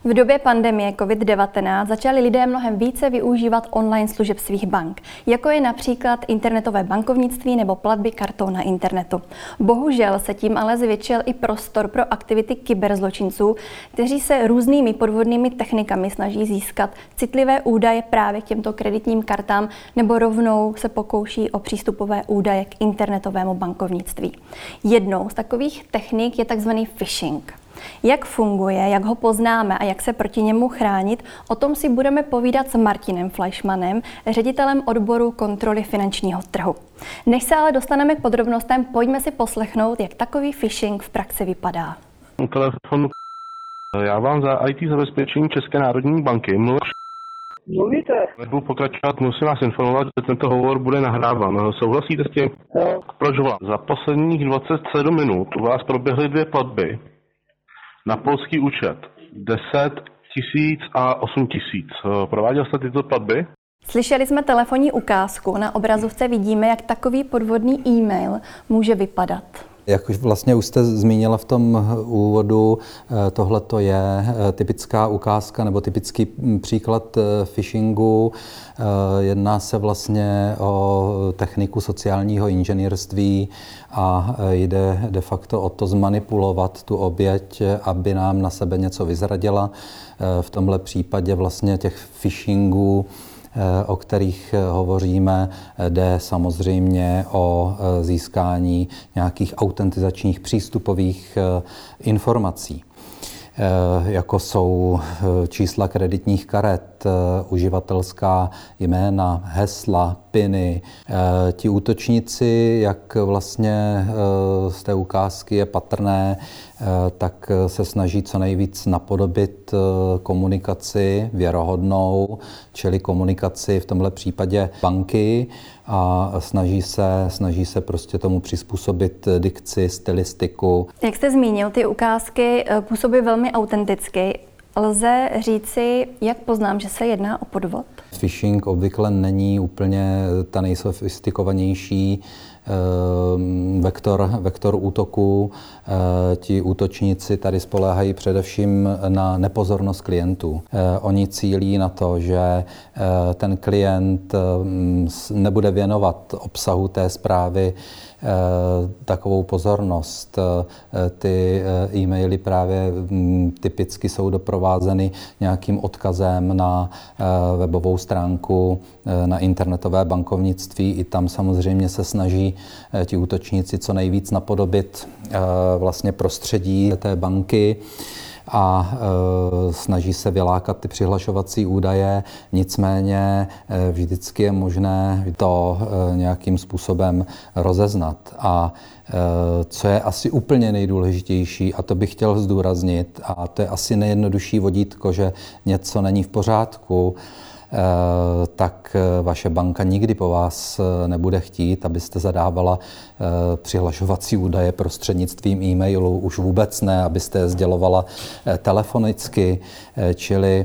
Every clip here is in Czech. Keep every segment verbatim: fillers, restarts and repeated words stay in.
V době pandemie covid devatenáct začali lidé mnohem více využívat online služeb svých bank, jako je například internetové bankovnictví nebo platby kartou na internetu. Bohužel se tím ale zvětšil i prostor pro aktivity kyberzločinců, kteří se různými podvodnými technikami snaží získat citlivé údaje právě k těmto kreditním kartám nebo rovnou se pokouší o přístupové údaje k internetovému bankovnictví. Jednou z takových technik je takzvaný phishing. Jak funguje, jak ho poznáme a jak se proti němu chránit, o tom si budeme povídat s Martinem Fleischmannem, ředitelem odboru kontroly finančního trhu. Než se ale dostaneme k podrobnostem, pojďme si poslechnout, jak takový phishing v praxi vypadá. Telefonu. Já vám za í té zabezpečení České národní banky mluvím. Mluvíte? Nebudu pokračovat, musím vás informovat, že tento hovor bude nahráván. Souhlasíte s tím? No. Proč volám? Za posledních dvacet sedm minut u vás proběhly dvě platby na polský účet. deset tisíc a osm tisíc. Prováděl jste tyto platby? Slyšeli jsme telefonní ukázku. Na obrazovce vidíme, jak takový podvodný e-mail může vypadat. Jak už vlastně už jste zmínila v tom úvodu, tohle to je typická ukázka nebo typický příklad phishingu. Jedná se vlastně o techniku sociálního inženýrství a jde de facto o to zmanipulovat tu oběť, aby nám na sebe něco vyzradila. V tomhle případě vlastně těch phishingů, o kterých hovoříme, jde samozřejmě o získání nějakých autentizačních přístupových informací, jako jsou čísla kreditních karet, uživatelská jména, hesla, piny. Ti útočníci, jak vlastně z té ukázky je patrné, tak se snaží co nejvíc napodobit komunikaci věrohodnou, čili komunikaci v tomhle případě banky, a snaží se, snaží se prostě tomu přizpůsobit dikci, stylistiku. Jak jste zmínil, ty ukázky působí velmi autenticky. Lze říci, jak poznám, že se jedná o podvod? Phishing obvykle není úplně ta nejsofistikovanější vektor, vektor útoku. Ti útočníci tady spoléhají především na nepozornost klientů. Oni cílí na to, že ten klient nebude věnovat obsahu té zprávy takovou pozornost. Ty e-maily právě typicky jsou doprovázeny nějakým odkazem na webovou stránku, na internetové bankovnictví. I tam samozřejmě se snaží ti útočníci co nejvíc napodobit vlastně prostředí té banky a e, snaží se vylákat ty přihlašovací údaje, nicméně e, vždycky je možné to e, nějakým způsobem rozeznat. A e, co je asi úplně nejdůležitější, a to bych chtěl zdůraznit, a to je asi nejjednodušší vodítko, že něco není v pořádku, tak vaše banka nikdy po vás nebude chtít, abyste zadávala přihlašovací údaje prostřednictvím e-mailu, už vůbec ne, abyste je sdělovala telefonicky, čili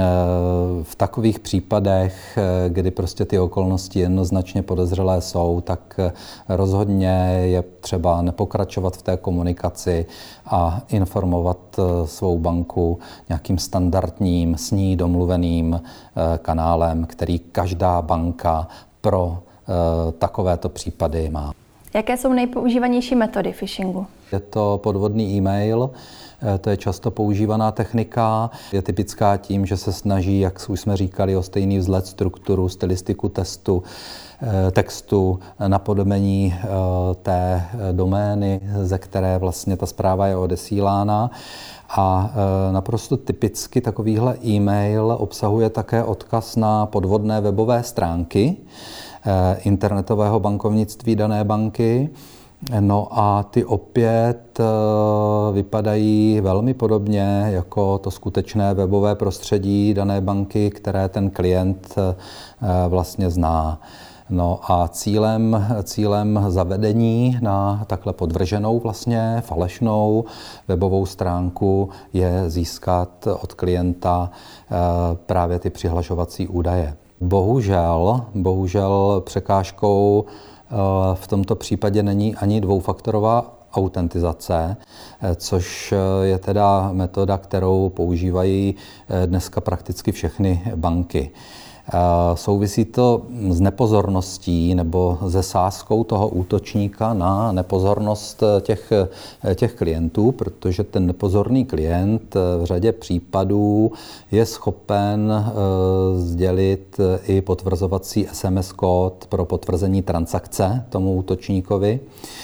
v takových případech, kdy prostě ty okolnosti jednoznačně podezřelé jsou, tak rozhodně je třeba nepokračovat v té komunikaci a informovat svou banku nějakým standardním, s ní domluveným kanálem, který každá banka pro takovéto případy má. Jaké jsou nejpoužívanější metody phishingu? Je to podvodný e-mail, to je často používaná technika, je typická tím, že se snaží, jak už jsme říkali, o stejný vzhled, strukturu, stylistiku testu, textu, napodobení té domény, ze které vlastně ta zpráva je odesílána. A naprosto typicky takovýhle e-mail obsahuje také odkaz na podvodné webové stránky internetového bankovnictví dané banky. No a ty opět vypadají velmi podobně jako to skutečné webové prostředí dané banky, které ten klient vlastně zná. No a cílem, cílem zavedení na takhle podvrženou vlastně falešnou webovou stránku je získat od klienta právě ty přihlašovací údaje. Bohužel, bohužel překážkou v tomto případě není ani dvoufaktorová autentizace, což je teda metoda, kterou používají dneska prakticky všechny banky. Souvisí to s nepozorností nebo se sázkou toho útočníka na nepozornost těch, těch klientů, protože ten nepozorný klient v řadě případů je schopen sdělit i potvrzovací es em es kód pro potvrzení transakce tomu útočníkovi.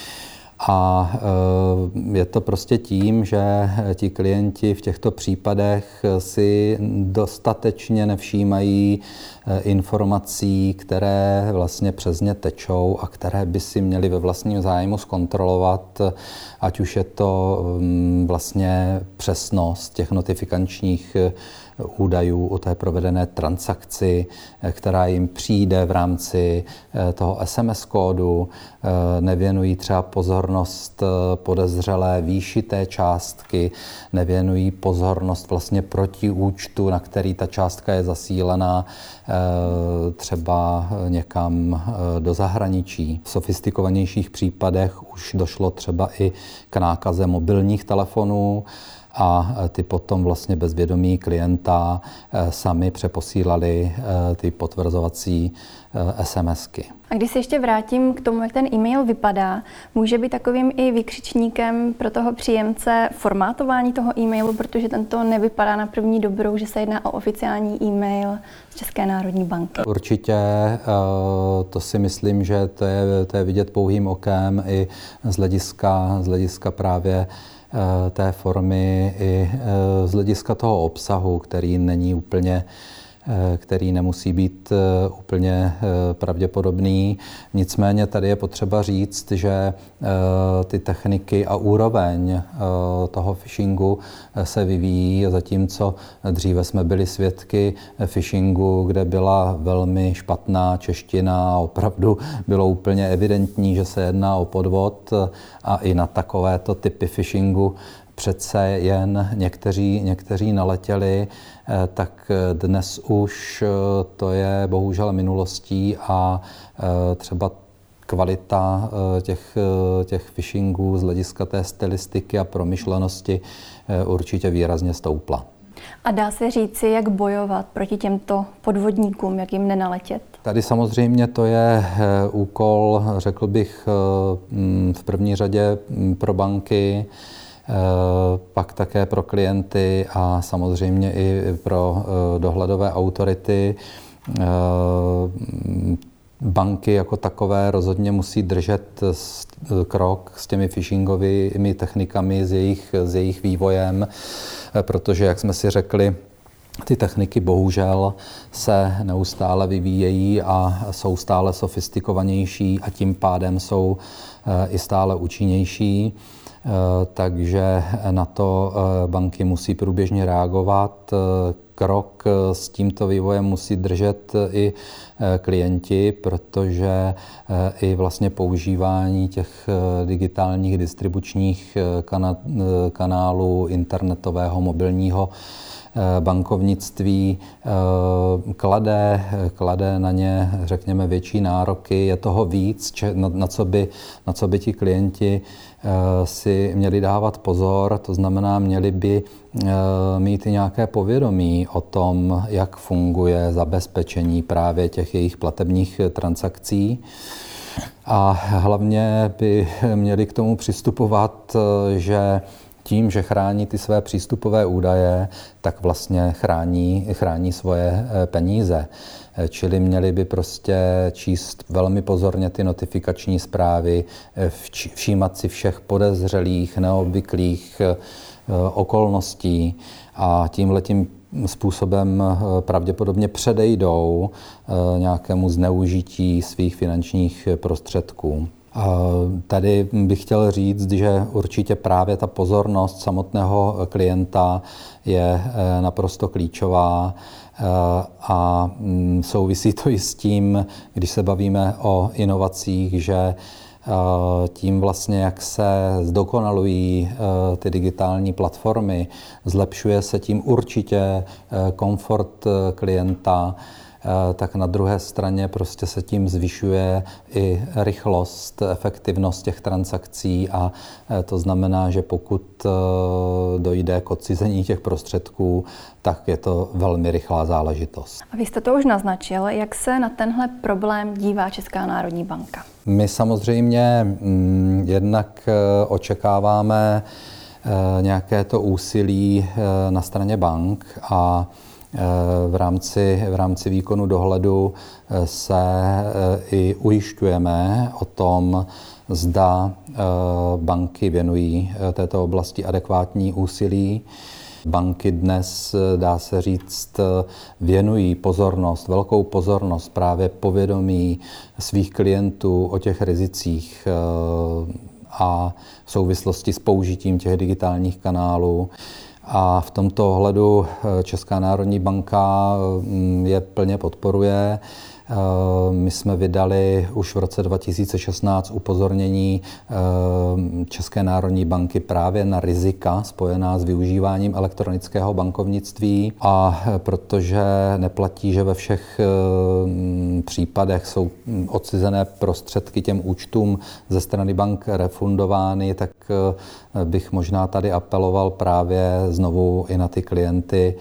A je to prostě tím, že ti klienti v těchto případech si dostatečně nevšímají informací, které vlastně přes ně tečou a které by si měli ve vlastním zájmu zkontrolovat, ať už je to vlastně přesnost těch notifikačních údajů o té provedené transakci, která jim přijde v rámci toho es em es kódu, nevěnují třeba pozornost podezřelé výši té částky, nevěnují pozornost vlastně proti účtu, na který ta částka je zasílená třeba někam do zahraničí. V sofistikovanějších případech už došlo třeba i k nákaze mobilních telefonů, a ty potom vlastně bez vědomí klienta sami přeposílali ty potvrzovací SMSky. A když se ještě vrátím k tomu, jak ten e-mail vypadá, může být takovým i vykřičníkem pro toho příjemce formátování toho e-mailu, protože tento nevypadá na první dobrou, že se jedná o oficiální e-mail z České národní banky. Určitě, to si myslím, že to je, to je vidět pouhým okem i z hlediska, z hlediska právě té formy i z hlediska toho obsahu, který není úplně, který nemusí být úplně pravděpodobný. Nicméně tady je potřeba říct, že ty techniky a úroveň toho phishingu se vyvíjí, zatímco dříve jsme byli svědky phishingu, kde byla velmi špatná čeština, opravdu bylo úplně evidentní, že se jedná o podvod, a i na takovéto typy phishingu přece jen někteří, někteří naletěli, tak dnes už to je bohužel minulostí a třeba kvalita těch, těch phishingů z hlediska té stylistiky a promyšlenosti určitě výrazně stoupla. A dá se říci, jak bojovat proti těmto podvodníkům, jak jim nenaletět? Tady samozřejmě to je úkol, řekl bych, v první řadě pro banky, pak také pro klienty a samozřejmě i pro dohledové autority. Banky jako takové rozhodně musí držet krok s těmi phishingovými technikami, s jejich, s jejich vývojem, protože, jak jsme si řekli, ty techniky bohužel se neustále vyvíjejí a jsou stále sofistikovanější a tím pádem jsou i stále účinnější. Takže na to banky musí průběžně reagovat. Krok s tímto vývojem musí držet i klienti, protože i vlastně používání těch digitálních distribučních kanálů internetového, mobilního bankovnictví klade, klade na ně, řekněme, větší nároky. Je toho víc, na, na, co by, na co by ti klienti si měli dávat pozor, to znamená, měli by mít i nějaké povědomí o tom, jak funguje zabezpečení právě těch jejich platebních transakcí. A hlavně by měli k tomu přistupovat, že tím, že chrání ty své přístupové údaje, tak vlastně chrání, chrání svoje peníze. Čili měli by prostě číst velmi pozorně ty notifikační zprávy, všímat si všech podezřelých, neobvyklých okolností a tímhletím způsobem pravděpodobně předejdou nějakému zneužití svých finančních prostředků. Tady bych chtěl říct, že určitě právě ta pozornost samotného klienta je naprosto klíčová a souvisí to i s tím, když se bavíme o inovacích, že tím vlastně, jak se zdokonalují ty digitální platformy, zlepšuje se tím určitě komfort klienta, tak na druhé straně prostě se tím zvyšuje i rychlost, efektivnost těch transakcí a to znamená, že pokud dojde k odcizení těch prostředků, tak je to velmi rychlá záležitost. A vy jste to už naznačil, jak se na tenhle problém dívá Česká národní banka? My samozřejmě mm, jednak očekáváme nějaké to úsilí na straně bank a v rámci, v rámci výkonu dohledu se i ujišťujeme o tom, zda banky věnují této oblasti adekvátní úsilí. Banky dnes, dá se říct, věnují pozornost, velkou pozornost právě povědomí svých klientů o těch rizicích a v souvislosti s použitím těch digitálních kanálů. A v tomto ohledu Česká národní banka je plně podporuje. My jsme vydali už v roce dva tisíce šestnáct upozornění České národní banky právě na rizika spojená s využíváním elektronického bankovnictví. A protože neplatí, že ve všech případech jsou odcizené prostředky těm účtům ze strany bank refundovány, tak bych možná tady apeloval právě znovu i na ty klienty,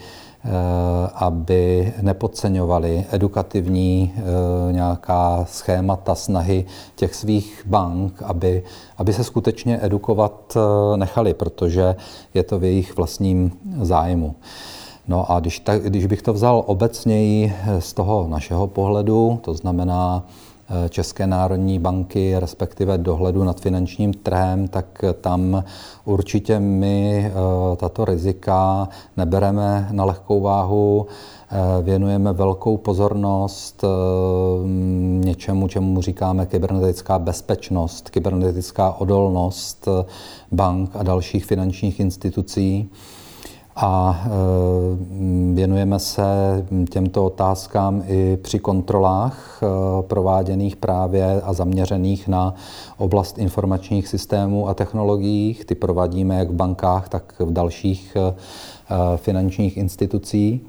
aby nepodceňovali edukativní nějaká schémata, snahy těch svých bank, aby, aby se skutečně edukovat nechali, protože je to v jejich vlastním zájmu. No a když, ta, když bych to vzal obecněji z toho našeho pohledu, to znamená České národní banky, respektive dohledu nad finančním trhem, tak tam určitě my tato rizika nebereme na lehkou váhu, věnujeme velkou pozornost něčemu, čemu říkáme kybernetická bezpečnost, kybernetická odolnost bank a dalších finančních institucí. A věnujeme se těmto otázkám i při kontrolách prováděných právě a zaměřených na oblast informačních systémů a technologií. Ty provádíme jak v bankách, tak v dalších finančních institucích.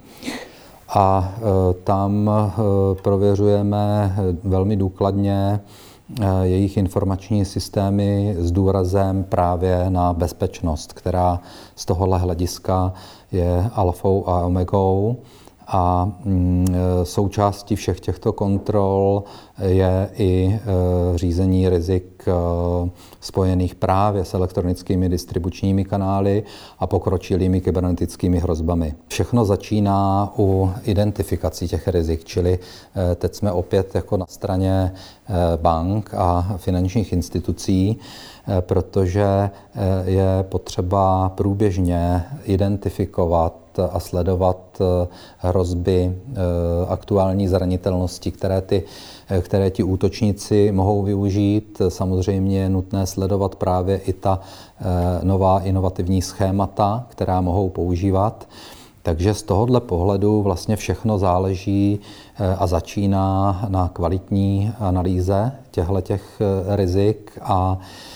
A tam prověřujeme velmi důkladně jejich informační systémy s důrazem právě na bezpečnost, která z tohohle hlediska je alfou a omegou. A součástí všech těchto kontrol je i řízení rizik spojených právě s elektronickými distribučními kanály a pokročilými kybernetickými hrozbami. Všechno začíná u identifikací těch rizik, čili teď jsme opět jako na straně bank a finančních institucí, protože je potřeba průběžně identifikovat a sledovat hrozby aktuální zranitelnosti, které, ty, které ti útočníci mohou využít. Samozřejmě je nutné sledovat právě i ta nová inovativní schémata, která mohou používat. Takže z tohohle pohledu vlastně všechno záleží a začíná na kvalitní analýze těchto rizik a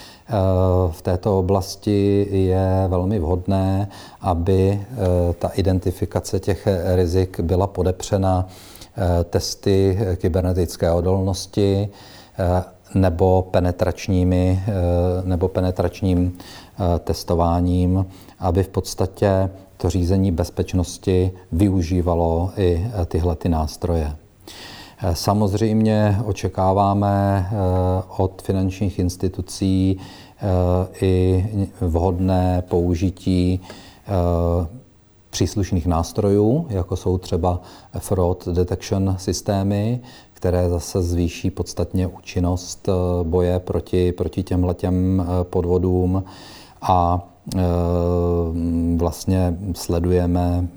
v této oblasti je velmi vhodné, aby ta identifikace těch rizik byla podepřena testy kybernetické odolnosti nebo penetračními nebo penetračním testováním, aby v podstatě to řízení bezpečnosti využívalo i tyhle ty nástroje. Samozřejmě očekáváme od finančních institucí i vhodné použití příslušných nástrojů, jako jsou třeba fraud detection systémy, které zase zvýší podstatně účinnost boje proti, proti těmhletěm podvodům a vlastně sledujeme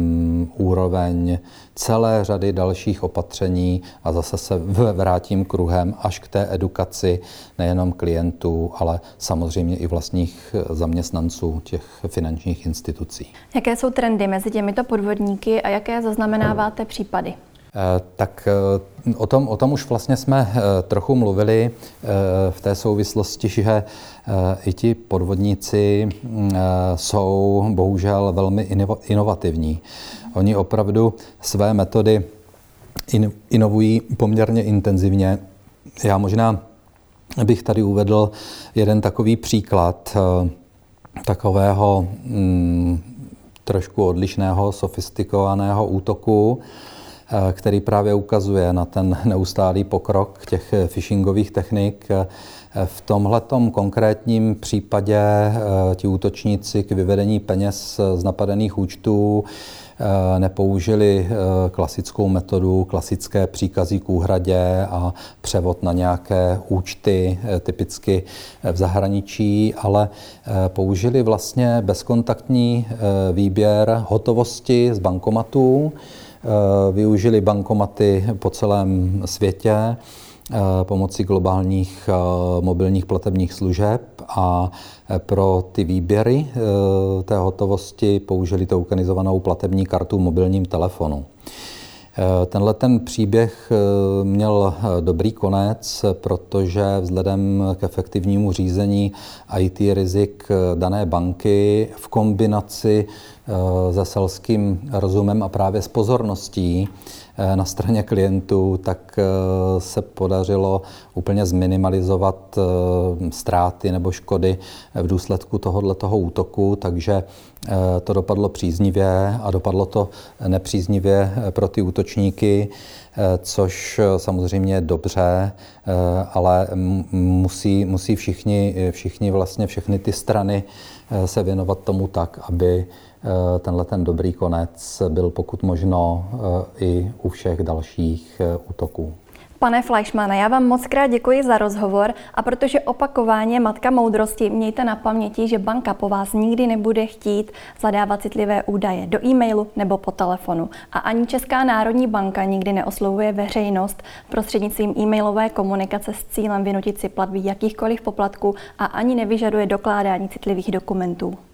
úroveň celé řady dalších opatření a zase se vrátím kruhem až k té edukaci nejenom klientů, ale samozřejmě i vlastních zaměstnanců těch finančních institucí. Jaké jsou trendy mezi těmito podvodníky a jaké zaznamenáváte případy? Tak o tom, o tom už vlastně jsme trochu mluvili v té souvislosti, že i ti podvodníci jsou bohužel velmi inovativní. Oni opravdu své metody inovují poměrně intenzivně. Já možná bych tady uvedl jeden takový příklad takového mm, trošku odlišného, sofistikovaného útoku, který právě ukazuje na ten neustálý pokrok těch phishingových technik. V tomhletom konkrétním případě ti útočníci k vyvedení peněz z napadených účtů nepoužili klasickou metodu, klasické příkazy k úhradě a převod na nějaké účty, typicky v zahraničí, ale použili vlastně bezkontaktní výběr hotovosti z bankomatů, využili bankomaty po celém světě pomocí globálních mobilních platebních služeb a pro ty výběry té hotovosti použili tokenizovanou platební kartu v mobilním telefonu. Tenhle ten příběh měl dobrý konec, protože vzhledem k efektivnímu řízení í té rizik dané banky v kombinaci se selským rozumem a právě s pozorností na straně klientů, tak se podařilo úplně zminimalizovat ztráty nebo škody v důsledku tohoto útoku, takže to dopadlo příznivě a dopadlo to nepříznivě pro ty útočníky, což samozřejmě je dobře, ale musí, musí všichni, všichni vlastně všechny ty strany se věnovat tomu tak, aby tenhle ten dobrý konec byl pokud možno i u všech dalších útoků. Pane Fleischmane, já vám moc krát děkuji za rozhovor a protože opakování je matka moudrosti, mějte na paměti, že banka po vás nikdy nebude chtít zadávat citlivé údaje do e-mailu nebo po telefonu. A ani Česká národní banka nikdy neoslovuje veřejnost prostřednictvím e-mailové komunikace s cílem vynutit si platby jakýchkoliv poplatků a ani nevyžaduje dokládání citlivých dokumentů.